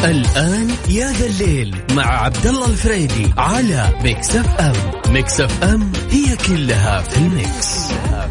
الآن يا ذا الليل مع عبد الله الفريدي على ميكس اف ام. ميكس اف ام هي كلها في الميكس.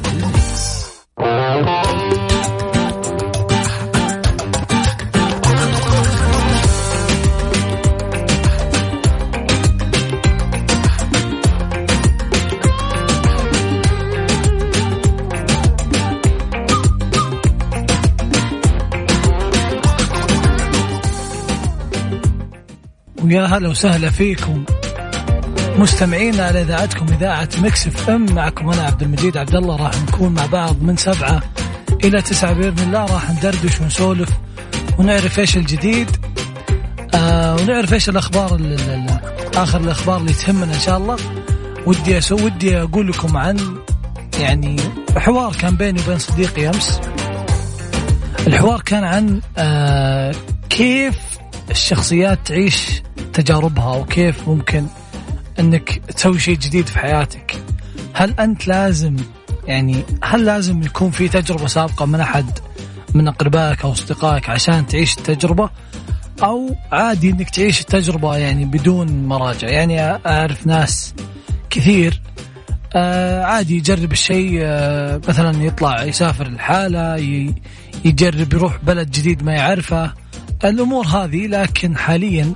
ويا هلا وسهلا فيكم مستمعينا على إذاعتكم إذاعة ميكس اف ام. معكم أنا عبد المجيد عبد الله. راح نكون مع بعض من 7 إلى 9 بإذن الله. راح ندردش ونسولف ونعرف إيش الجديد ونعرف إيش الأخبار آخر الأخبار اللي تهمنا إن شاء الله. ودي أقول لكم عن يعني حوار كان بيني وبين صديقي أمس. الحوار كان عن كيف الشخصيات تعيش تجاربها وكيف ممكن انك تسوي شيء جديد في حياتك. هل انت لازم يكون في تجربة سابقة من احد من اقربائك او اصدقائك عشان تعيش التجربة، او عادي انك تعيش التجربة يعني بدون مراجع؟ يعني اعرف ناس كثير عادي يجرب الشيء، مثلا يطلع يسافر الحالة، يجرب يروح بلد جديد ما يعرفه، الأمور هذه. لكن حاليا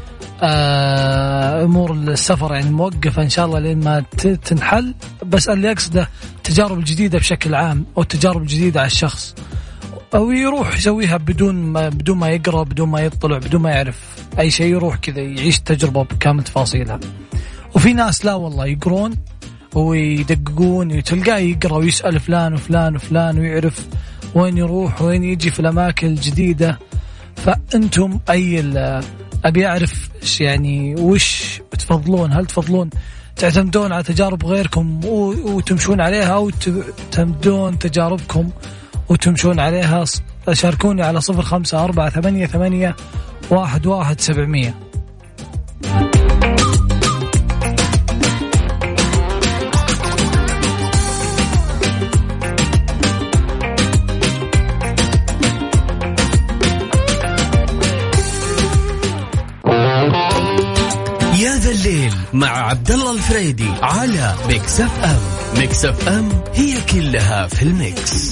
أمور السفر يعني موقفة إن شاء الله لين ما تنحل. بس اللي أقصده التجارب الجديدة بشكل عام، أو التجارب الجديدة على الشخص، أو يروح يسويها بدون ما يقرأ، بدون ما يطلع، بدون ما يعرف أي شيء، يروح كذا يعيش التجربة بكامل تفاصيلها. وفي ناس لا والله يقرون ويدققون، وتلقاه يقرأ ويسأل فلان وفلان وفلان ويعرف وين يروح وين يجي في الأماكن الجديدة. فأنتم أبي أعرف يعني وش بتفضلون؟ هل تفضلون تعتمدون على تجارب غيركم وتمشون عليها، أو تعتمدون تجاربكم وتمشون عليها؟ شاركوني على 0548811700. الليل مع عبد الله الفريدي على ميكس اف ام. ميكس اف ام هي كلها في الميكس.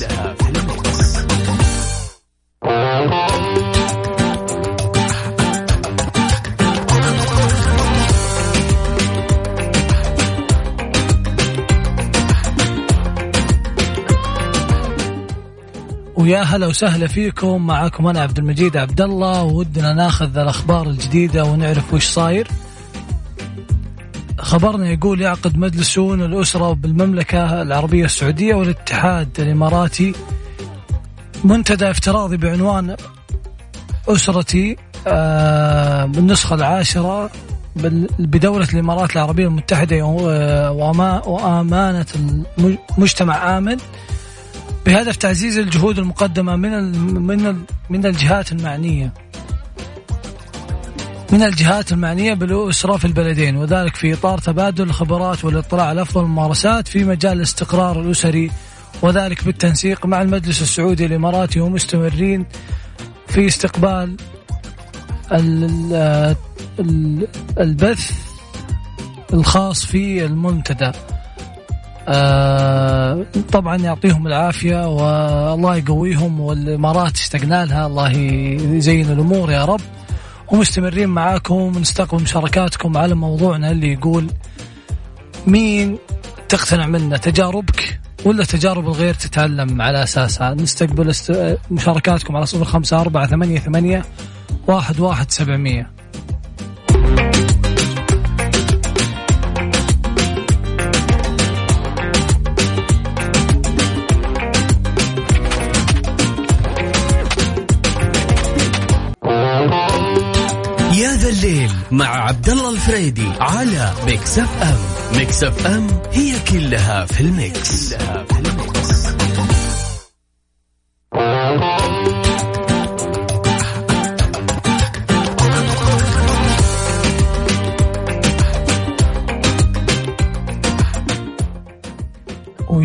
ويا هلا وسهلا فيكم. معكم أنا عبد المجيد عبد الله، ودنا ناخذ الأخبار الجديدة ونعرف وش صاير. خبرنا يقول يعقد مجلس شؤون الأسرة بالمملكة العربية السعودية والاتحاد الإماراتي منتدى افتراضي بعنوان أسرتي بالنسخة 10 بدولة الإمارات العربية المتحدة وأمانة المجتمع آمن، بهدف تعزيز الجهود المقدمة من الجهات المعنية بالأسرة في البلدين، وذلك في إطار تبادل الخبرات والاطلاع على أفضل الممارسات في مجال الاستقرار الأسري، وذلك بالتنسيق مع المجلس السعودي الإماراتي، ومستمرين في استقبال البث الخاص في المنتدى. طبعا يعطيهم العافية والله يقويهم، والإمارات اشتقنا لها، الله يزين الأمور يا رب. ومستمرين معاكم ونستقبل مشاركاتكم على موضوعنا اللي يقول مين تقتنع منا، تجاربك ولا تجارب الغير تتعلم على أساسها؟ نستقبل مشاركاتكم على 0548811700. الليل مع عبد الله الفريدي على ميكس اف ام. ميكس اف ام هي كلها في الميكس.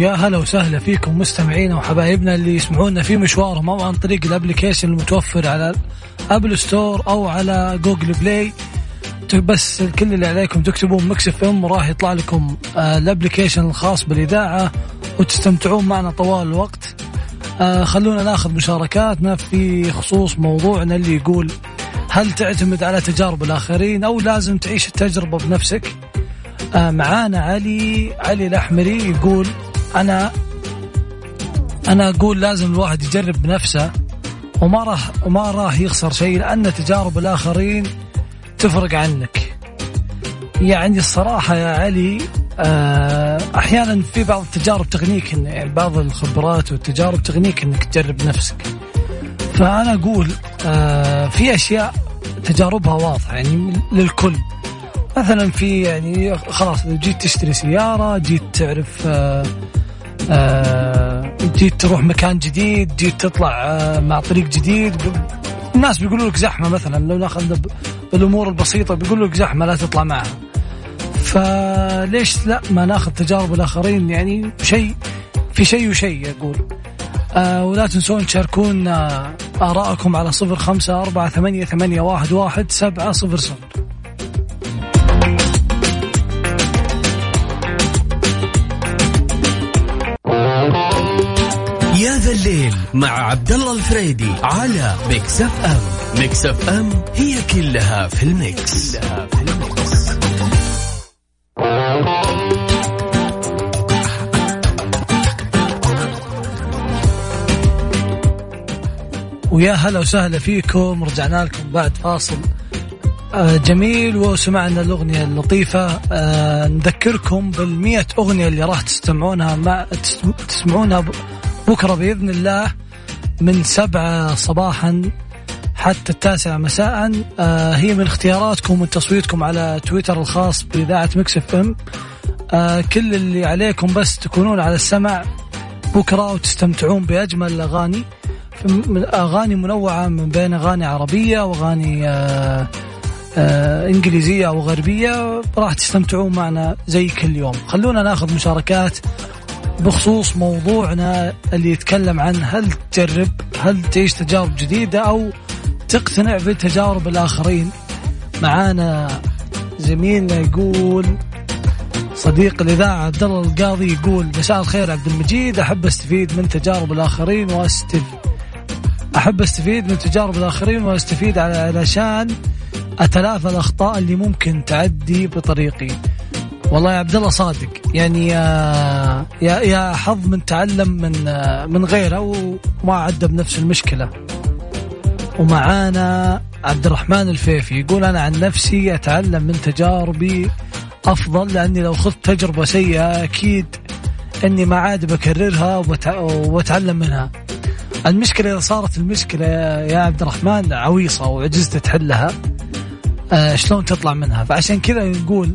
ويا هلا وسهلا فيكم مستمعينا وحبايبنا اللي يسمعونا في مشوارهم أو عن طريق الابليكيشن المتوفر على أبل ستور أو على جوجل بلاي. بس كل اللي عليكم تكتبون ميكس اف ام وراح يطلع لكم الابليكيشن الخاص بالإذاعة وتستمتعون معنا طوال الوقت. خلونا ناخذ مشاركاتنا في خصوص موضوعنا اللي يقول: هل تعتمد على تجارب الآخرين أو لازم تعيش التجربة بنفسك؟ معانا علي الأحمري يقول: أنا أقول لازم الواحد يجرب بنفسه وما راح يخسر شيء، لأن تجارب الآخرين تفرق عنك. يعني الصراحة يا علي أحيانا في بعض التجارب تغنيك، يعني بعض الخبرات والتجارب تغنيك أنك تجرب نفسك. فأنا أقول في أشياء تجاربها واضحة يعني للكل. مثلا في يعني خلاص جيت تشتري سيارة، جيت تعرف جيت تروح مكان جديد، جيت تطلع مع طريق جديد، الناس بيقولوا لك زحمة مثلا، لو ناخذ بالأمور البسيطة بيقولوا لك زحمة لا تطلع معها. فليش لا ما ناخذ تجارب الآخرين؟ يعني شيء في شيء وشيء يقول. ولا تنسون تشاركون آراءكم على 0548811700. يا ذا الليل مع عبد الله الفريدي على ميكس اف ام. ميكس اف ام هي كلها في الميكس. ويا هلا وسهلا فيكم، رجعنا لكم بعد فاصل جميل وسمعنا الأغنية اللطيفة. نذكركم بال100 أغنية اللي راح تسمعونها بكرة بإذن الله من 7 صباحا حتى 9 مساء. هي من اختياراتكم ومن تصويتكم على تويتر الخاص بإذاعة ميكس اف ام. كل اللي عليكم بس تكونون على السمع بكرة وتستمتعون بأجمل الأغاني، أغاني منوعة من بين أغاني عربية وأغاني إنجليزية أو غربية. راح تستمتعون معنا زي كل يوم. خلونا ناخذ مشاركات بخصوص موضوعنا اللي يتكلم عن هل تعيش تجارب جديدة أو تقتنع بتجارب الآخرين. معانا زميلنا يقول صديق الإذاعة عبد الله القاضي يقول: مساء الخير عبد المجيد، أحب أستفيد من تجارب الآخرين وأستفيد علشان أتلافى الأخطاء اللي ممكن تعدي بطريقي. والله يا عبد الله صادق، يعني يا حظ من تعلم من غيره وما عدى بنفس المشكلة. ومعانا عبد الرحمن الفيفي يقول: أنا عن نفسي أتعلم من تجاربي أفضل، لأني لو خذت تجربة سيئة أكيد أني ما عاد بكررها وأتعلم منها. المشكلة إذا صارت المشكلة يا عبد الرحمن عويصة وعجزت تحلها، شلون تطلع منها؟ فعشان كذا نقول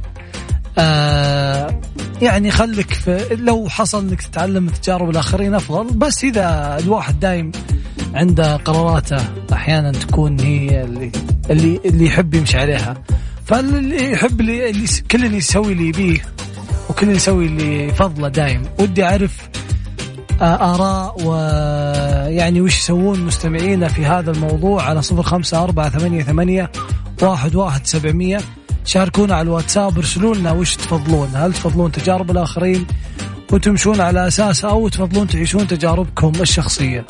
يعني خليك لو حصل انك تتعلم من تجارب الآخرين أفضل. بس إذا الواحد دايم عنده قراراته أحيانا تكون هي اللي يحب يمشي عليها. فاللي يحب كل اللي يسوي اللي يبيه وكل اللي يسوي اللي يفضله دايم. ودي أعرف آراء ويعني وش يسوون مستمعينا في هذا الموضوع على 0548811700. شاركونا على الواتساب، ارسلوا لنا وش تفضلون. هل تفضلون تجارب الآخرين وتمشون على أساسها أو تفضلون تعيشون تجاربكم الشخصية؟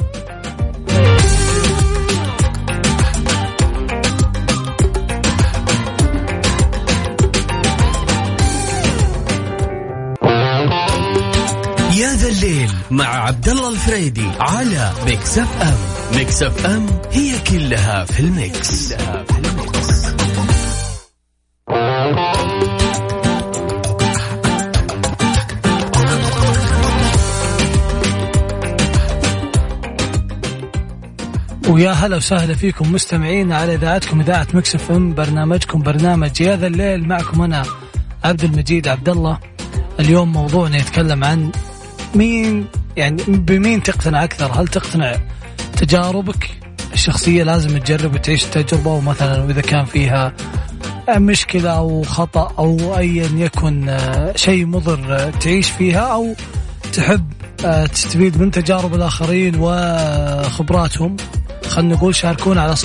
يا ذا الليل مع عبد الله الفريدي على ميكس اف ام. ميكس اف ام هي كلها في الميكس. ويا هلا وسهلا فيكم مستمعين على إذاعتكم إذاعة ميكس اف ام، برنامجكم برنامج يا ذا الليل. معكم أنا عبد المجيد عبد الله. اليوم موضوعنا يتكلم عن بمين تقتنع أكثر. هل تقتنع تجاربك الشخصية لازم تجرب وتعيش التجربة، ومثلا وإذا كان فيها مشكلة أو خطأ أو أيا يكن شيء مضر تعيش فيها، أو تحب تستفيد من تجارب الآخرين وخبراتهم، خلنا نقول شاركونا على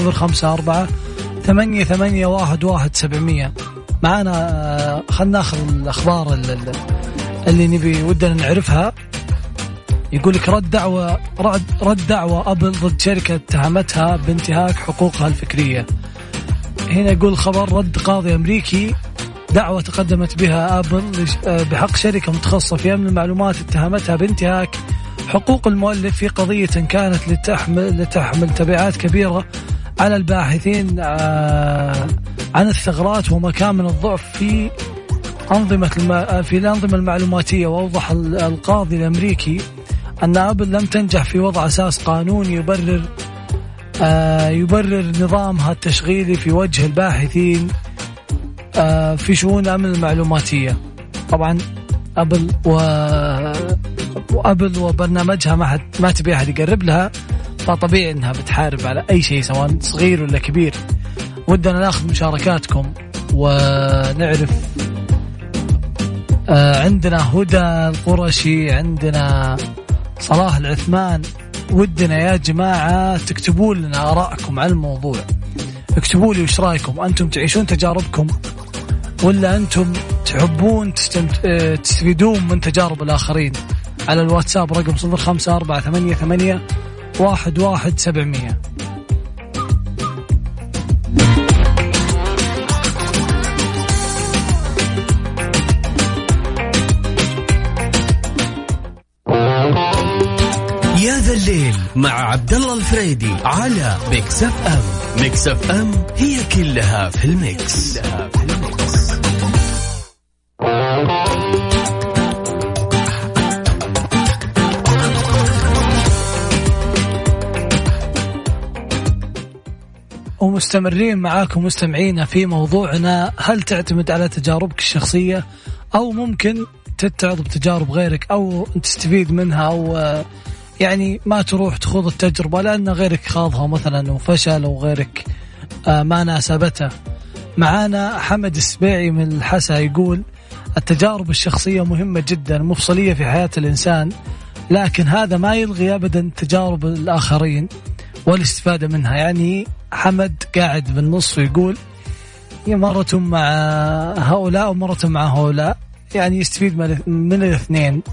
0548811700. معنا خلنا ناخذ الأخبار اللي نبي ودنا نعرفها. يقول لك رد دعوة أبل ضد شركة اتهمتها بانتهاك حقوقها الفكرية. هنا يقول خبر رد قاضي أمريكي دعوة تقدمت بها أبل بحق شركة متخصصة في أمن المعلومات اتهمتها بانتهاك حقوق المؤلف في قضية كانت لتحمل تبعات كبيرة على الباحثين عن الثغرات ومكامن الضعف في الأنظمة المعلوماتية. وأوضح القاضي الأمريكي أن أبل لم تنجح في وضع أساس قانوني يبرر نظامها التشغيلي في وجه الباحثين في شؤون الأمن المعلوماتية. طبعا أبل وبرنامجها ما تبي أحد يقرب لها، فطبيعي أنها بتحارب على أي شيء سواء صغير ولا كبير. ودنا ناخذ مشاركاتكم ونعرف. عندنا هدى القرشي، عندنا صلاح العثمان. ودنا يا جماعة تكتبوا لنا آراءكم على الموضوع، اكتبوا لي وش رأيكم، أنتم تعيشون تجاربكم ولا أنتم تحبون تستفيدون من تجارب الآخرين؟ على الواتساب رقم 0548811700. يا ذا الليل مع عبد الله الفريدي على ميكس اف ام. ميكس اف ام هي كلها في الميكس. ومستمرين معاكم مستمعينا في موضوعنا، هل تعتمد على تجاربك الشخصية أو ممكن تتعظ بتجارب غيرك أو تستفيد منها، أو يعني ما تروح تخوض التجربة لأن غيرك خاضها مثلا وفشل وغيرك ما ناسبته. معانا حمد السبيعي من الحسا يقول التجارب الشخصية مهمة جدا مفصلية في حياة الإنسان، لكن هذا ما يلغي أبدا تجارب الآخرين والاستفادة منها. يعني حمد قاعد بالنص ويقول هي مرة مع هؤلاء ومرة مع هؤلاء، يعني يستفيد من الاثنين.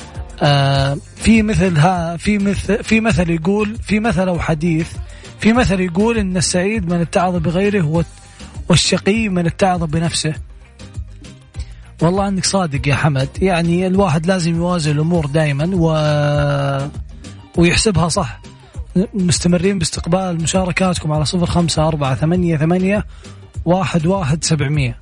في مثل يقول، في مثل أو حديث، في مثل يقول إن السعيد من اتعظ بغيره والشقي من اتعظ بنفسه. والله أنك صادق يا حمد، يعني الواحد لازم يوازن الأمور دائما ويحسبها صح. مستمرين باستقبال مشاركاتكم على 0548811700.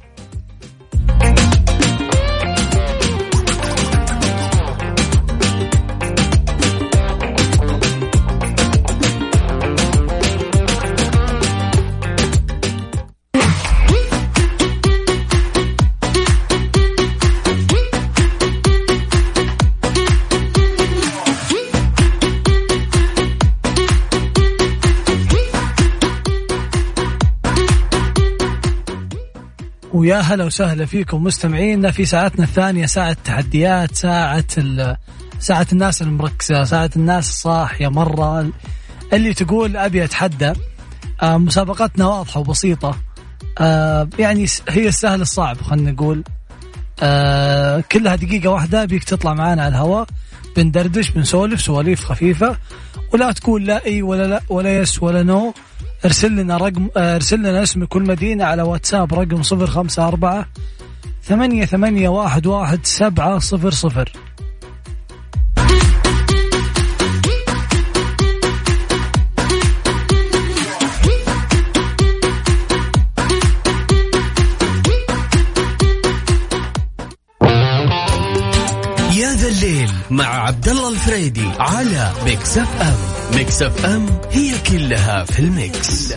ويا هلا وسهلا فيكم مستمعينا في ساعتنا الثانية، ساعة تحديات، ساعة الناس المركزة، ساعة الناس الصاحية مرة اللي تقول أبي أتحدى. مسابقتنا واضحة وبسيطة، يعني هي السهل الصعب، خلنا نقول كلها دقيقة واحدة بيك تطلع معانا على الهواء، بندردش بنسولف سواليف خفيفة، ولا تقول لا اي ولا لا ولا يس ولا نو. ارسل لنا اسم كل مدينة على واتساب رقم 0548811700. يا ذا الليل مع عبد الله الفريدي على ميكس اف ام. ميكس اف ام هي كلها في الميكس.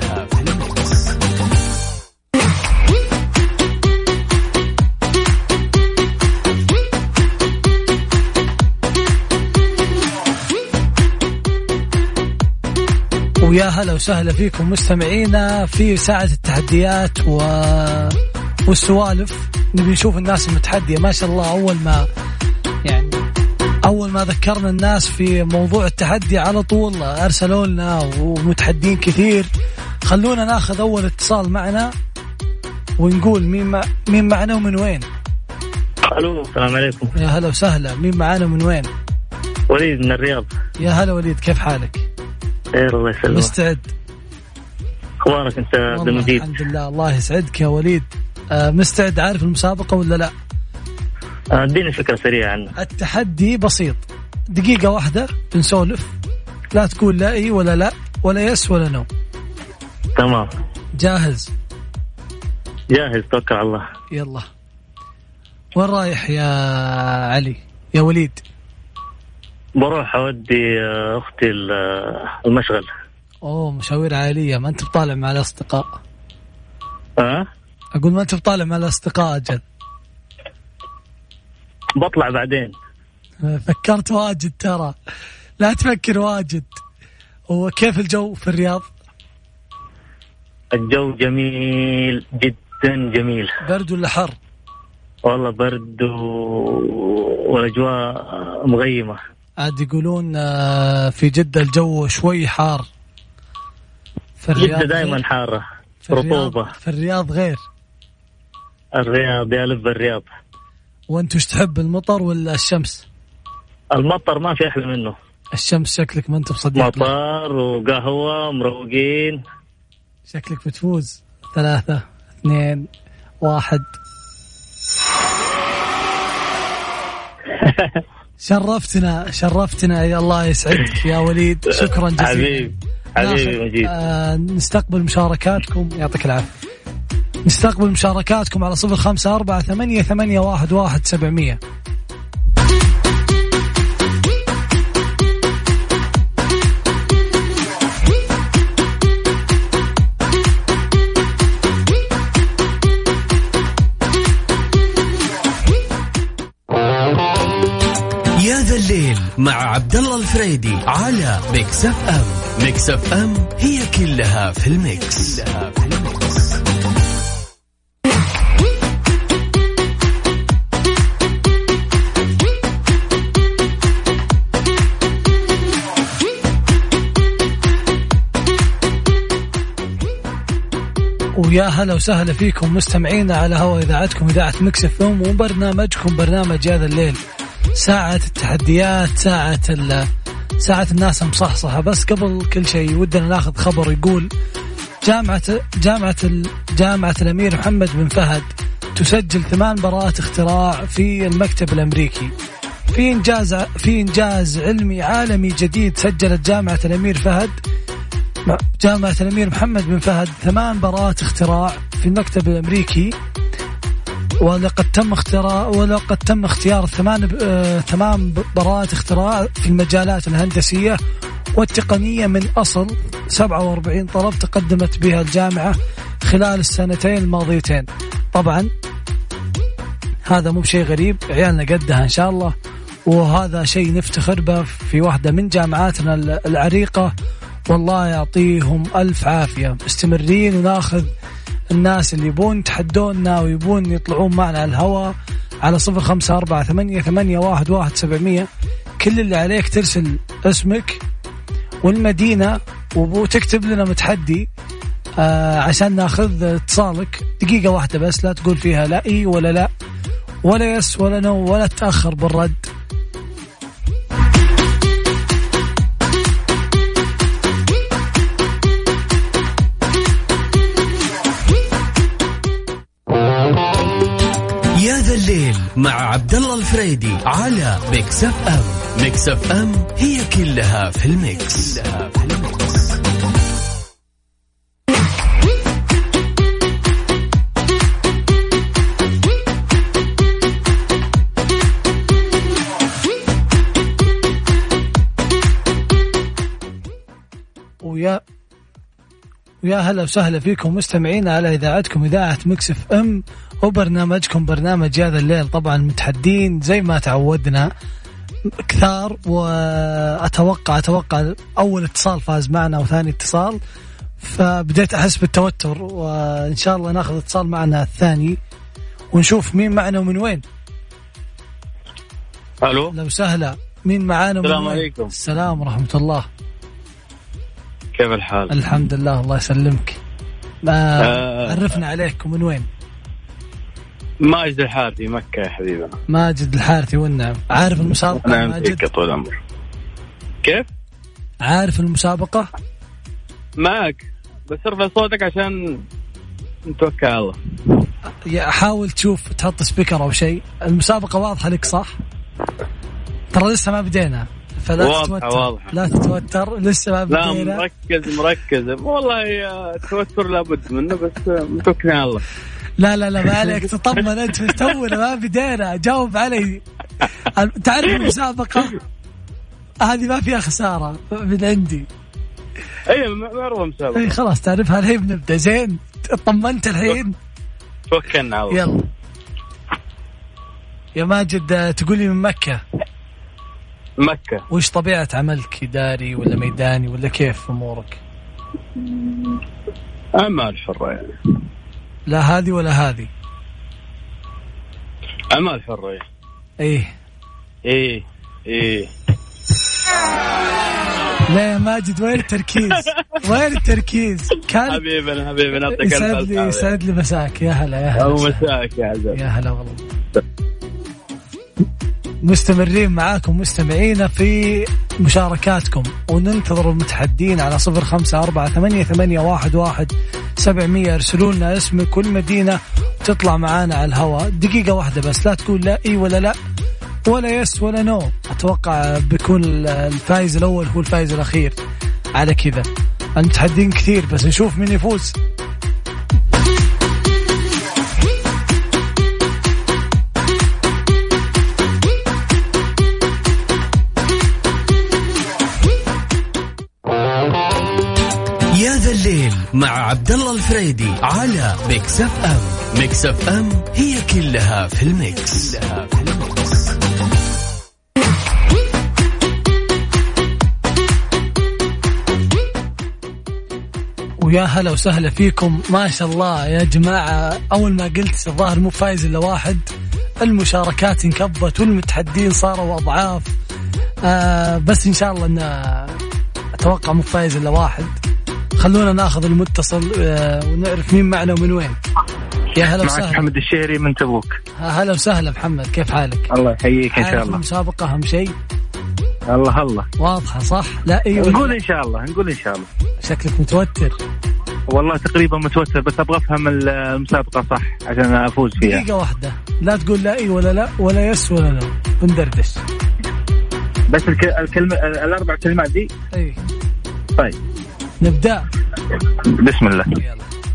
ويا هلا وسهلا فيكم مستمعينا في ساعة التحديات والسوالف. نبي نشوف الناس المتحدية ما شاء الله. أول ما ذكرنا الناس في موضوع التحدي على طول أرسلوا لنا ومتحدين كثير. خلونا ناخذ أول اتصال معنا ونقول مين معنا ومن وين. الو السلام عليكم. يا هلا وسهلا، مين معنا ومن وين؟ وليد من الرياض. يا هلا وليد، كيف حالك؟ خير الله يسلمك. مستعد؟ اخبارك انت عبد المجيد؟ الحمد لله، الله يسعدك يا وليد. مستعد؟ عارف المسابقة ولا لا؟ اديني فكرة سريعة عنه. التحدي بسيط، دقيقة واحدة بنسولف، لا تقول لا اي ولا لا ولا يس ولا نو. تمام. جاهز؟ جاهز، توكل على الله. يلا. وين رايح يا علي يا وليد؟ بروح اودي اختي المشغل. اوه مشاوير عائلية، ما انت بطالع مع الاصدقاء؟ اقول ما انت بطالع مع الاصدقاء؟ اجل بطلع بعدين. فكرت واجد، ترى لا تفكر واجد. وكيف الجو في الرياض؟ الجو جميل جدا جميل. برد ولا حر؟ والله برد والاجواء مغيمة. عاد يقولون في جدة الجو شوي حار. في الرياض جدة دائما حارة، رطوبة. في الرياض غير. الرياض يا لب الرياض. وانت وش تحب، المطر ولا الشمس؟ المطر ما في أحلى منه. الشمس شكلك ما انت مصدق. مطر وقهوة مروقين. شكلك بتفوز. 3 2 1. شرفتنا يا الله يسعدك يا وليد، شكرا جزيلا. حبيبي مجيد. نستقبل مشاركاتكم، يعطيك العافية. نستقبل مشاركاتكم على 0548811700. يا ذا الليل مع عبد الله الفريدي على ميكس اف ام. ميكس اف ام هي كلها في الميكس. ويا هلا وسهلا فيكم مستمعينا على هوا إذاعتكم إذاعة ميكس اف ام، وبرنامجكم برنامج هذا الليل. ساعة التحديات، ساعة الناس مصحصحة. بس قبل كل شيء ودنا ناخذ خبر يقول جامعة الأمير محمد بن فهد تسجل 8 براءات اختراع في المكتب الأمريكي. في إنجاز علمي عالمي جديد سجلت جامعة الأمير محمد بن فهد 8 براءات اختراع في المكتب الأمريكي. ولقد تم اختيار 8 براءات اختراع في المجالات الهندسية والتقنية من أصل 47 طلب تقدمت بها الجامعة خلال السنتين الماضيتين. طبعا هذا مو بشيء غريب، عيالنا قدها إن شاء الله، وهذا شيء نفتخر به في واحدة من جامعاتنا العريقة. والله يعطيهم ألف عافية. مستمرين وناخذ الناس اللي يبون يتحدونا ويبون يطلعون معنا على الهواء على 0548811700. كل اللي عليك ترسل اسمك والمدينة وتكتب لنا متحدي عشان ناخذ اتصالك. دقيقة واحدة بس، لا تقول فيها لا اي ولا لا ولا يس ولا نو ولا تأخر بالرد. يا ذا الليل مع عبد الله الفريدي على ميكس اف ام. ميكس اف ام هي كلها في الميكس. ويا هلا وسهلا فيكم مستمعينا على إذاعتكم إذاعة ميكس اف ام وبرنامجكم برنامج هذا الليل. طبعا متحدين زي ما تعودنا كثار، وأتوقع أول اتصال فاز معنا وثاني اتصال، فبديت أحس بالتوتر، وإن شاء الله ناخذ اتصال معنا الثاني ونشوف مين معنا ومن وين. ألو لو سهلا، مين معانا؟ السلام عليكم. السلام ورحمة الله. كيف الحال؟ الحمد لله الله يسلمك. عرفنا عليك ومن وين؟ ماجد الحارثي مكة يا حبيبنا. ماجد الحارثي والنعم. عارف المسابقة؟ نعم فيك طول العمر. كيف؟ عارف المسابقة؟ معك بس ارفع صوتك عشان نتوكل على الله. حاول تشوف تحط سبيكر أو شيء. المسابقة واضحة لك صح؟ ترى لسه ما بدينا فلا تتوتر. واضحة. لا تتوتر لسه ما بدينا. لا مركز والله التوتر لابد منه بس متوكلين على الله. لا ما عليك تطمن أنت تونا ما بدينا. جاوب علي. تعرف المسابقة هذه ما فيها خسارة من عندي. ايه معروفة مسابقة. ايه خلاص تعرفها الحين بنبدأ. زين طمنت الحين توكلنا على الله. يلا يا ماجد تقولي من مكة. وش طبيعة عملك؟ إداري ولا ميداني ولا كيف أمورك؟ أعمال حرة يعني. لا هذه ولا هذه. أعمال حرة. إيه لا يا ماجد وين التركيز كان حبيبنا أعطيك الف يسعد لي مساك. يا هلا مساك يا عزيز. يا هلا والله. مستمرين معاكم مستمعينا في مشاركاتكم وننتظر المتحدين على 0548811700. ارسلوا لنا اسمك كل مدينة وتطلع معانا على الهواء. دقيقة واحدة بس لا تقول لا اي ولا لا ولا يس ولا نو. اتوقع بيكون الفائز الاول هو الفائز الاخير. على كذا المتحدين كثير بس نشوف مين يفوز. يا ذا الليل مع عبد الله الفريدي على ميكس اف ام. ميكس اف ام هي كلها في الميكس. ويا هلا وسهلا فيكم. ما شاء الله يا جماعة أول ما قلت الظاهر مو فايز إلا واحد. المشاركات انكبت والمتحدين صاروا أضعاف. بس إن شاء الله أن أتوقع مو فايز إلا واحد. خلونا ناخذ المتصل ونعرف مين معنا ومن وين. يا هلا وسهلا. معك محمد الشهري من تبوك. هلا وسهلا محمد كيف حالك؟ الله يحييك إن شاء الله. المسابقة أهم شيء. الله واضحة صح؟ لا أيوة نقول إن شاء الله. شكلك متوتر. والله تقريبا متوتر بس أبغى أفهم المسابقة صح عشان أفوز فيها. دقيقة واحدة لا تقول لا ولا لا ولا يس ولا نو. بندردش بس الكلمة الأربع كلمات دي. أي طيب نبدأ. بسم الله. يلا.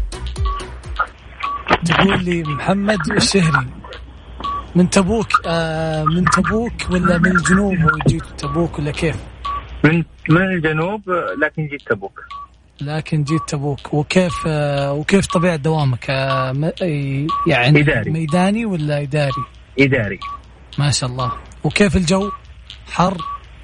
تقول لي محمد الشهري من تبوك. من تبوك ولا من الجنوب وجيت تبوك ولا كيف؟ من الجنوب لكن جيت تبوك. وكيف طبيعة دوامك؟ يعني إداري. ميداني ولا إداري؟ ما شاء الله. وكيف الجو؟ حر؟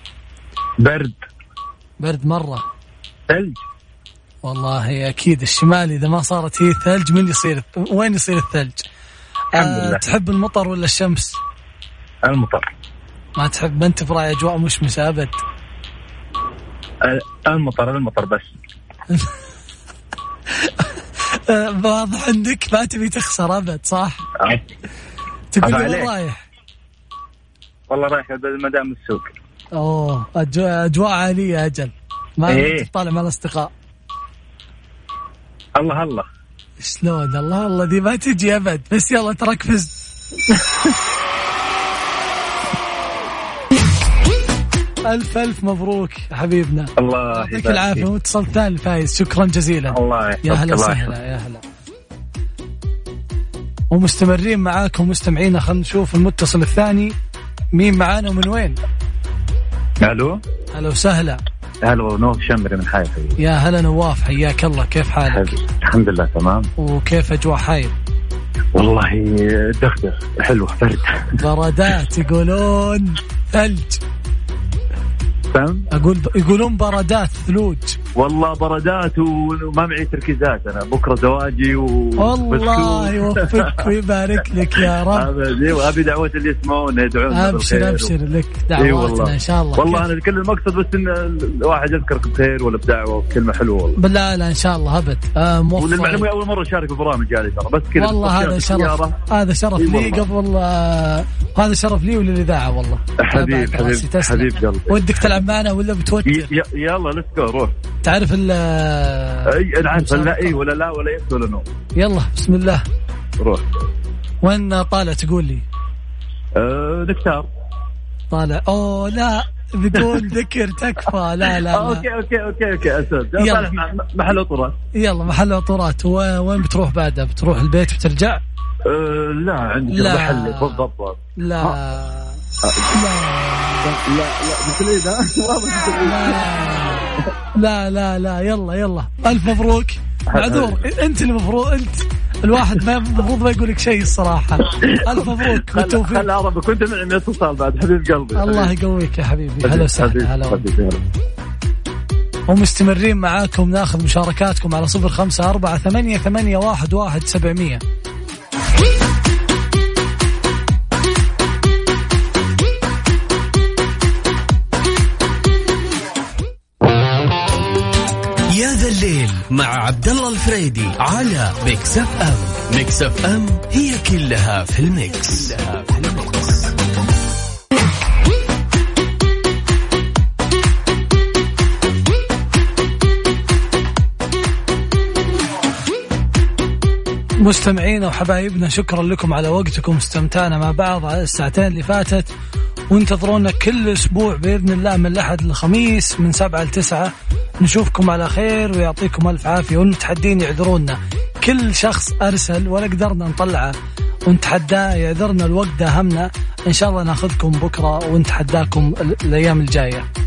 برد مرة؟ ثلج؟ والله أكيد الشمال إذا ما صارت هي ثلج وين يصير الثلج؟ الحمد لله. تحب المطر ولا الشمس؟ المطر. ما تحب؟ ما انت براي أجواء مشمسة أبد. المطر بس. واضح عندك ما تبي تخسر أبد صح؟ تقول وين رايح؟ والله رايح المدام السوق. أجواء عالية أجل ما تطالع مع الأصدقاء. الله شلون الله دي ما تجي أبد. بس يلا ترك فز. ألف مبروك حبيبنا. الله يعطيك العافية. واتصل ثاني الفايز. شكرا جزيلا. الله يا هلا وسهلا. يا هلا. ومستمرين معاكم مستمعينا. خلنا نشوف المتصل الثاني مين معانا ومن وين. الو. هلا وسهلا. هلا نواف شمري من حايل. يا هلا نواف حياك الله. كيف حالك؟ الحمد لله تمام. وكيف أجواء حايل؟ والله دغدغ حلو برد. بردات يقولون ثلج. فهم؟ يقولون بردات ثلوج. والله بردات وما معي تركيزات، أنا بكرة زواجي والله يوفقك ويبارك لك يا رب. أبي دعوة اللي يسمعون يدعون. أبشر لك دعواتنا إن شاء الله. والله أنا كل المقصد بس إن الواحد يذكرك بخير ولا بدعوة كلمة حلوة والله. بالله لا إن شاء الله أبد. وللمعلومة أول مرة أشارك في البرامج هذه ترى، بس كذا والله هذا شرف لي قبل هذا شرف لي وللإذاعة والله. حبيب قلبي. ودك تلعب معنا ولا بتوتر؟ يلا ليتس جو روح. تعرف أنا عارف لا ولا يس ولا نو. يلا بسم الله روح. وين طالع تقول لي؟ نكتار طالع. لا بدون ذكر تكفى. لا اوكي اسد. يلا محل عطورات. يلا محل عطورات. وين بتروح بعدها؟ بتروح البيت وترجع؟ لا عندي محل بالضبط. لا يلا ألف مبروك. معذور أنت المفروض أنت الواحد ما المفروض ما يقول لك شيء الصراحة. ألف مبروك بالتوفيق. خل أعرف كنت معي من اتصال بعد حبيب قلبي. الله يقويك يا حبيبي. هلا وسهلا. هلا ومستمرين معاكم ناخذ مشاركاتكم على 0548811700. يا ذا الليل مع عبد الله الفريدي على ميكس اف ام. ميكس اف ام هي كلها في الميكس. مستمعينا وحبايبنا شكرا لكم على وقتكم. استمتعنا مع بعض على الساعتين اللي فاتت، وانتظرونا كل أسبوع بإذن الله من الأحد للخميس من 7 ل9. نشوفكم على خير ويعطيكم ألف عافية. والمتحدين يعذرونا، كل شخص أرسل ولا قدرنا نطلعه ونتحداه يعذرنا، الوقت داهمنا. إن شاء الله ناخذكم بكرة ونتحداكم الأيام الجاية.